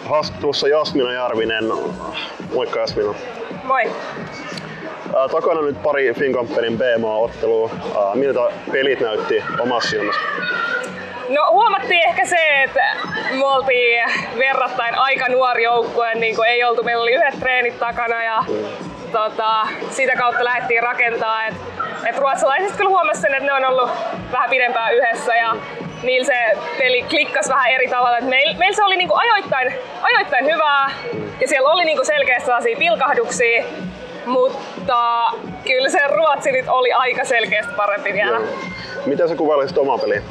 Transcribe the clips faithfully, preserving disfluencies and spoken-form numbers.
Haastattelussa Jasmina Järvinen. Moikka Jasmina. Moi. Takana nyt pari Finkampenin B M A-ottelua. Miltä pelit näytti omassa silmässä? No huomattiin ehkä se, että me oltiin verrattain aika nuori joukkue, niin kuin ei oltu, meillä oli yhdet treenit takana ja mm. tota, sitä kautta lähdettiin rakentaa. Et, et ruotsalaiset kyllä huomasi sen, että ne on ollut vähän pidempään yhdessä ja niillä se peli klikkasi vähän eri tavalla. Meillä meil se oli niinku ajoittain, ajoittain hyvää ja siellä oli niinku selkeästi sellaisia pilkahduksia, mutta kyllä se Ruotsi nyt oli aika selkeästi parempi vielä. Joo. Miten sä kuvailisit omaa peliä?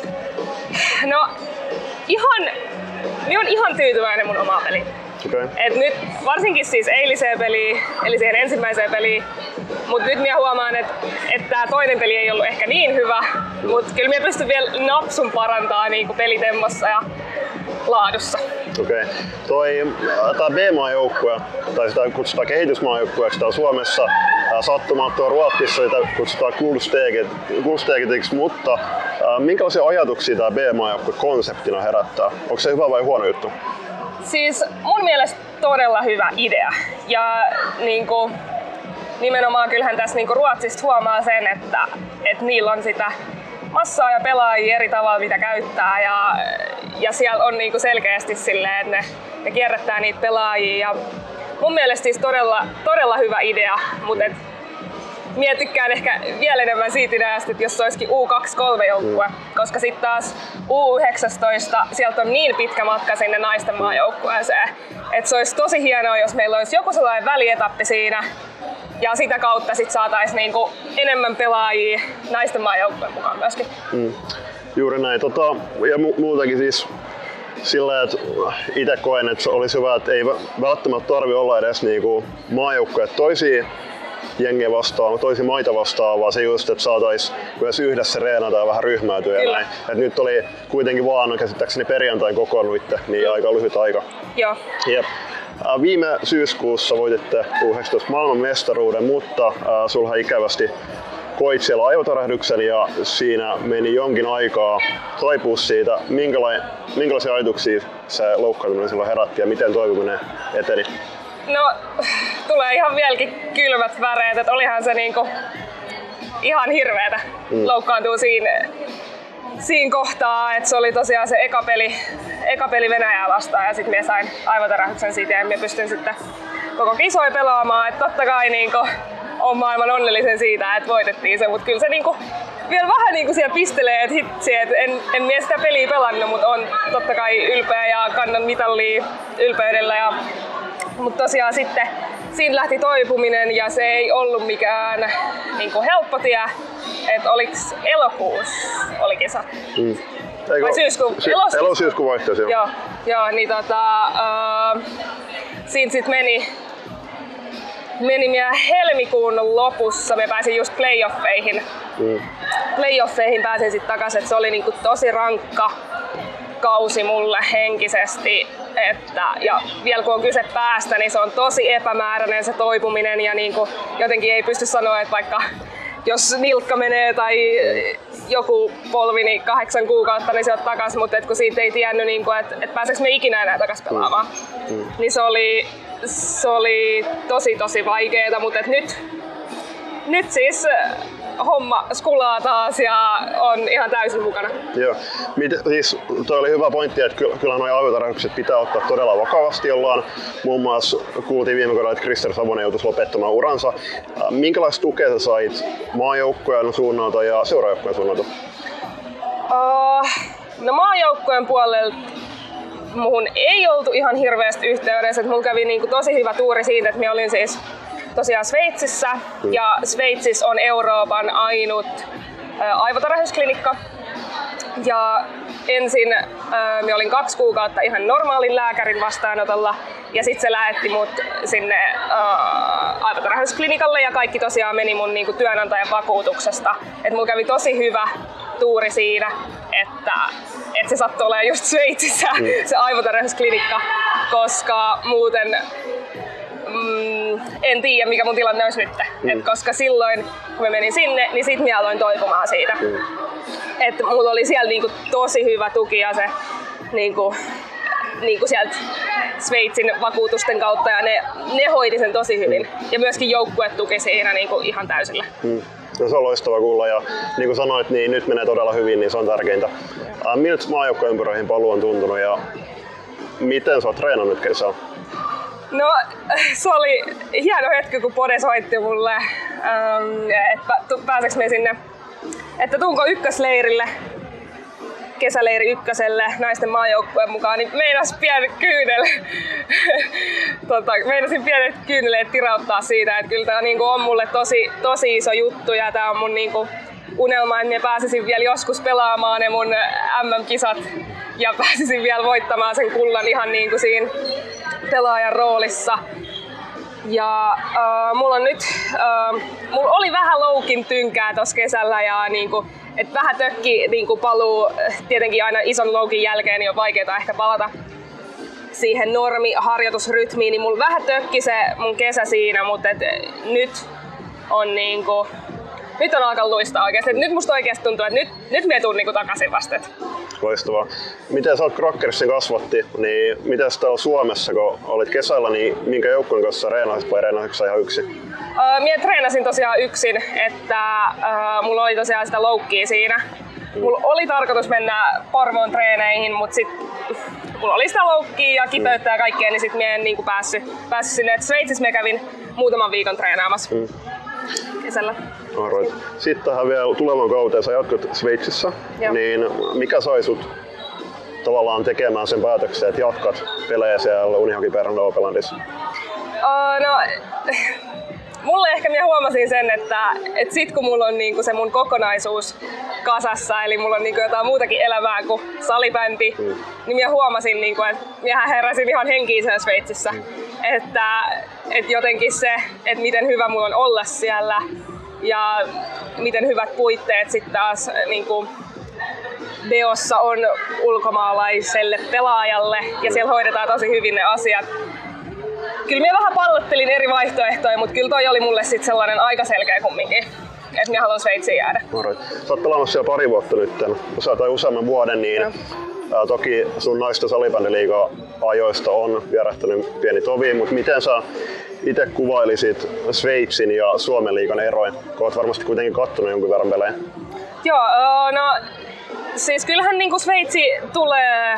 No ihan, minä olen ihan tyytyväinen mun omaan peliin. Okay. Et nyt varsinkin siis eiliseen peliin, eli siihen ensimmäiseen peliin, mutta nyt minä huomaan, että et tämä toinen peli ei ollut ehkä niin hyvä, mutta kyllä minä pystyn vielä napsun parantamaan niinku pelitemmossa ja laadussa. Okei. Okay. Toi tämä B M A-joukkue, tai sitä kutsutaan kehitysmaajoukkueeksi täällä Suomessa, sattumalta Ruotsissa sitä kutsutaan Guldstegetiksi, mutta äh, minkälaisia ajatuksia tämä B M A-joukkue konseptina herättää? Onko se hyvä vai huono juttu? Siis mun mielestä todella hyvä idea. Ja niinku, nimenomaan kyllähän tässä niinku Ruotsista huomaa sen, että, että niillä on sitä massaa ja pelaajia eri tavalla mitä käyttää ja, ja siellä on niinku selkeästi silleen, että ne, ne kierrättää niitä pelaajia. Ja mun mielestä siis todella, todella hyvä idea, mutta et, minä tykkään ehkä vielä enemmän siitä ideasta, että jos se olisikin U kaksikymmentäkolme joukkue, mm. koska sitten taas U yhdeksäntoista, sieltä on niin pitkä matka sinne naisten maajoukkueeseen, että se olisi tosi hienoa, jos meillä olisi joku sellainen välietappi siinä ja sitä kautta sit saataisiin niinku enemmän pelaajia naisten maajoukkueen mukaan myöskin. Mm. Juuri näin. Tota, ja mu- muutenkin siis sillä, että itse koen, että se olisi hyvä, että ei välttämättä tarvitse olla edes niinku maajoukkueet toisia jengiä vastaan, toisia maita vastaan, vaan se just, että saataisiin myös yhdessä reenata ja vähän ryhmäytyä ja näin. Et nyt oli kuitenkin vaan käsittääkseni perjantain kokoonnuitte, niin aika lyhyt aika. Joo. Jep. Viime syyskuussa voititte U yhdeksäntoista maailman mestaruuden, mutta äh, sulha ikävästi koit siellä aivotärähdyksen ja siinä meni jonkin aikaa taipua siitä. Minkälai, minkälaisia ajatuksia se loukkaantuminen silloin herätti ja miten toipuminen eteni? No, tulee ihan vieläkin kylmät väreet, että olihan se niinku ihan hirveetä mm. loukkaantua siinä, siinä kohtaa, että se oli tosiaan se eka peli, eka peli Venäjää vastaan ja sitten minä sain aivotärähdyksen siitä ja minä pystyn sitten koko kisoja pelaamaan, että totta kai niinku olen maailman onnellisen siitä, että voitettiin se, mutta kyllä se niinku vielä vähän niinku siellä pistelee, että hitsi, että en, en minä sitä peliä pelannut, mutta on totta kai ylpeä ja kannan mitallia ylpeydellä. Ja mutta tosiaan sitten siinä lähti toipuminen ja se ei ollut mikään niin kuin helppo tie, että oliks elokuussa oli kisa. Mm. Vai syyskuun? Sy- Elo-syyskuun vaihteessa, joo. Joo, joo niin tota, uh, siinä sit meni, meni meidän helmikuun lopussa, me pääsin just playoffeihin. Mm. Playoffeihin pääsin sit takaisin, että se oli niinku tosi rankka kausi mulle henkisesti, että, ja vielä kun on kyse päästä, niin se on tosi epämääräinen se toipuminen ja niin kuin jotenkin ei pysty sanoa, että vaikka jos nilkka menee tai joku polvi, niin kahdeksan kuukautta, niin se on takas, mutta et kun siitä ei tiennyt, niin kuin, että, että pääseekö me ikinä enää takas pelaamaan, mm. niin se oli, se oli tosi tosi vaikeeta, mutta et nyt, nyt siis homma skulaa taas ja on ihan täysin mukana. Joo. Miten, siis toi oli hyvä pointti, että kyllä nuo aivotärähdykset pitää ottaa todella vakavasti. Ollaan muun muassa kuultiin viime kaudella, että Krister Savonen joutuisi lopettamaan uransa. Minkälaista tukea sä sait maajoukkueen suunnalta ja seuraajoukkueen suunnalta? Uh, no maajoukkueen puolelta muhun ei oltu ihan hirveästi yhteydessä. Mulla kävi niinku tosi hyvä tuuri siitä, että minä olin siis tosiaan Sveitsissä mm. ja Sveitsissä on Euroopan ainut ä, aivotärähdysklinikka. Ja ensin ä, minä olin kaksi kuukautta ihan normaalin lääkärin vastaanotolla ja sitten se lähetti mut sinne ä, aivotärähdysklinikalle ja kaikki tosiaan meni mun niinku, työnantajan vakuutuksesta. Et mulla kävi tosi hyvä tuuri siinä, että, että se sattui olemaan just Sveitsissä mm. se aivotärähdysklinikka, koska muuten Mm, en tiedä mikä mun tilanne olisi nyt, mm. Et koska silloin kun mä menin sinne, niin sit mä aloin toipumaan siitä. Mm. Et mulla oli siellä niinku tosi hyvä tuki ja se niinku, niinku sieltä Sveitsin vakuutusten kautta ja ne, ne hoiti sen tosi hyvin. Mm. Ja myöskin joukkue tuki siinä niin kuin ihan täysillä. Mm. No, se on loistava kuulla ja niin kuin sanoit, niin nyt menee todella hyvin, niin se on tärkeintä. Äh, miltä maajoukkueympyröihin paluu on tuntunut ja miten sä oot treenannut kesää? No, se oli hieno hetki, kun Pode soitti mulle, ähm, että pääseks me sinne, että tuunko ykkösleirille, kesäleiri ykköselle naisten maajoukkueen mukaan, niin meinas pieni kyynel, tota, meinasin pienet kyyneleet tirauttaa siitä, että kyllä tää niinku on mulle tosi, tosi iso juttu ja tää on mun niinku unelma, että mä pääsisin vielä joskus pelaamaan ne mun M M-kisat ja pääsisin vielä voittamaan sen kullan ihan niinku siinä pelaajan roolissa. Ja äh, mulla on nyt, äh, mulla oli vähän loukin tynkää tossa kesällä ja niinku, et vähän tökki niinku paluu, tietenkin aina ison loukin jälkeen niin on vaikeaa ehkä palata siihen normiharjoitusrytmiin, niin mulla vähän tökki se mun kesä siinä, mutta et nyt on niinku, nyt on alkanut luistaa oikeesti. Et nyt musta oikeesti tuntuu, että nyt, nyt me tuun niinku takaisin vasta. Loistavaa. Miten sä oot Crackersin kasvatti, niin miten täällä Suomessa, kun olit kesällä, niin minkä joukkueen kanssa reenasit vai reenasitko ihan yksin? Uh, Mie treenasin tosiaan yksin, että uh, mulla oli tosiaan sitä loukkia siinä. Mm. Mulla oli tarkoitus mennä Porvoon treeneihin, mutta sit mulla oli sitä loukkia ja kipeyttä ja kaikkea, niin sit mie en niinku päässyt, päässyt sinne. Et Sveitsissä me kävin muutaman viikon treenaamassa mm. kesällä. Alright. Sitten tähän vielä tulevan kauteen, sä jatkot Sveitsissä, Joo. niin mikä sai sut tavallaan tekemään sen päätöksen, että jatkat pelejä siellä Unihockey Pärnu-Opelandissa? Uh, no, mulle ehkä minä huomasin sen, että, että sit kun mulla on niinku se mun kokonaisuus kasassa, eli mulla on niinku jotain muutakin elämää kuin salibändi, mm. niin minä huomasin, niinku, että minä heräsin ihan henkiin siellä Sveitsissä. Mm. Että, että jotenkin se, että miten hyvä mulla on olla siellä ja miten hyvät puitteet sitten taas niinku, Beossa on ulkomaalaiselle pelaajalle ja siellä hoidetaan tosi hyvin ne asiat. Kyllä minä vähän pallottelin eri vaihtoehtoja, mutta kyllä toi oli mulle sit sellainen aika selkeä kumminkin, että minä haluan Sveitsiin jäädä. Alright. Sä oot pelaamassa siellä pari vuotta nyt, tai useamman vuoden, niin ää, toki sun naisten salibändiliigan ajoista on vierähtänyt pieni tovi, mutta miten sä itse kuvailisit Sveitsin ja Suomen liigan eroin? Kun oot varmasti kuitenkin kattonut jonkun verran pelejä. Joo, no siis kyllähän niinku Sveitsi tulee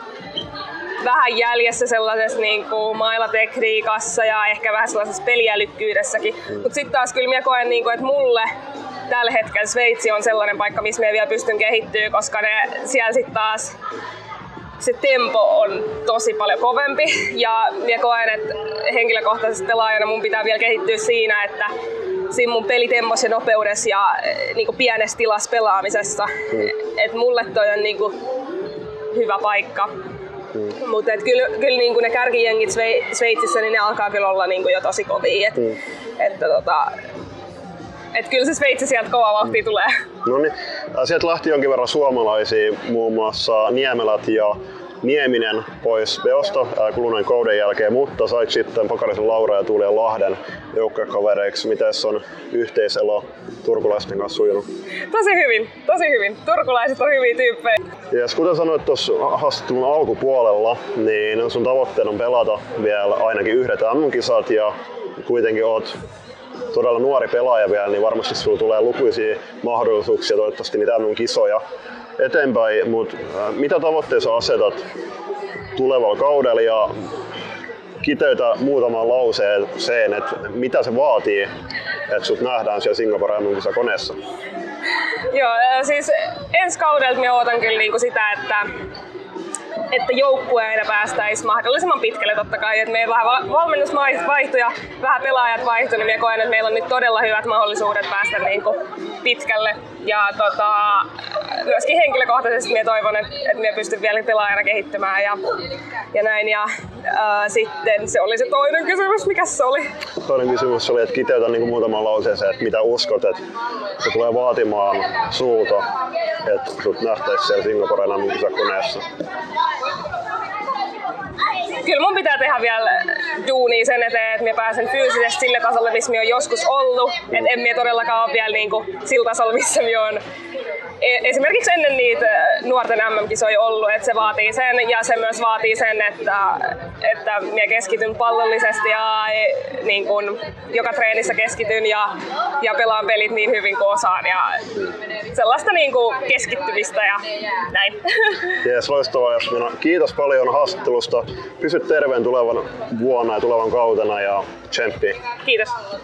vähän jäljessä sellaisessa niinku mailatekniikassa ja ehkä vähän sellaisessa peliälykkyydessäkin. Mm. Mutta sitten taas kyllä minä koen, niinku, että mulle tällä hetkellä Sveitsi on sellainen paikka, missä minä vielä pystyn kehittyä, koska ne, siellä sitten taas se tempo on tosi paljon kovempi. Ja minä koen, että henkilökohtaisesti pelaajana mun pitää vielä kehittyä siinä, että siinä mun pelitempossa ja nopeudessa ja niinku pienessä tilassa pelaamisessa. Mm. Että mulle toi on niinku hyvä paikka. Mm. Mutta kyllä, kyllä niinku ne kärkijengit Sveitsissä, niin ne alkaa kyllä olla niinku jo tosi kovia. Et, mm. että tota, et kyllä se Sveitsi sieltä kova vauhtia mm. tulee. No niin, sieltä lähti jonkin verran suomalaisia, muun muassa Niemelät ja Nieminen pois Beosta kuluneen kauden jälkeen, mutta sait sitten Pakarisen Laura ja Tuuli ja Lahden joukkuekavereiksi. Mites on yhteiselo turkulaisten kanssa sujunut? Tosi hyvin, tosi hyvin. Turkulaiset on hyviä tyyppejä. Yes, kuten sanoit tuossa haastattelun alkupuolella, niin sun tavoitteena on pelata vielä ainakin yhdet M M-kisat ja kuitenkin oot todella nuori pelaaja vielä, niin varmasti sulla tulee lukuisia mahdollisuuksia, toivottavasti niitä M M-kisoja eteenpäin, mutta mitä tavoitteita asetat tulevalla kaudella ja kiteytä muutaman lauseen sen, että mitä se vaatii, että sut nähdään siellä Singapore M M-kisakoneessa? Joo, siis ensi kaudelta minä odotan kyllä niinku sitä, että että joukkueena päästäisiin mahdollisimman pitkälle totta kai, että meidän vähän valmennus vaihtui ja vähän pelaajat vaihtui, niin minä koen, että meillä on nyt todella hyvät mahdollisuudet päästä niin kuin pitkälle. Ja tota, myöskin henkilökohtaisesti minä toivon, että, että minä pystyn vielä pelaajana kehittymään ja, ja näin. Ja ää, sitten se oli se toinen kysymys, mikä se oli? Toinen kysymys oli, että kiteytä niin kuin muutaman lauseeseen, että mitä uskot, että se tulee vaatimaan sulta, että sut nähtäisiin siellä Singaporen M M-kisakoneessa. Kyllä mun pitää tehdä vielä duunia sen eteen, että minä pääsen fyysisesti sille tasolle, missä minä olen joskus ollut. Mm. Että en minä todellakaan ole vielä niinku sillä tasolla, missä minä olen esimerkiksi ennen niitä nuorten M M-kisoja ollut, että se vaatii sen ja se myös vaatii sen, että, että minä keskityn pallollisesti ja niin kun, joka treenissä keskityn ja, ja pelaan pelit niin hyvin kuin osaan ja sellaista niin kuin keskittymistä ja näin. Jees, loistavaa Jasmina. Kiitos paljon haastattelusta. Pysy terveen tulevan vuonna ja tulevan kautena ja tsemppiä. Kiitos.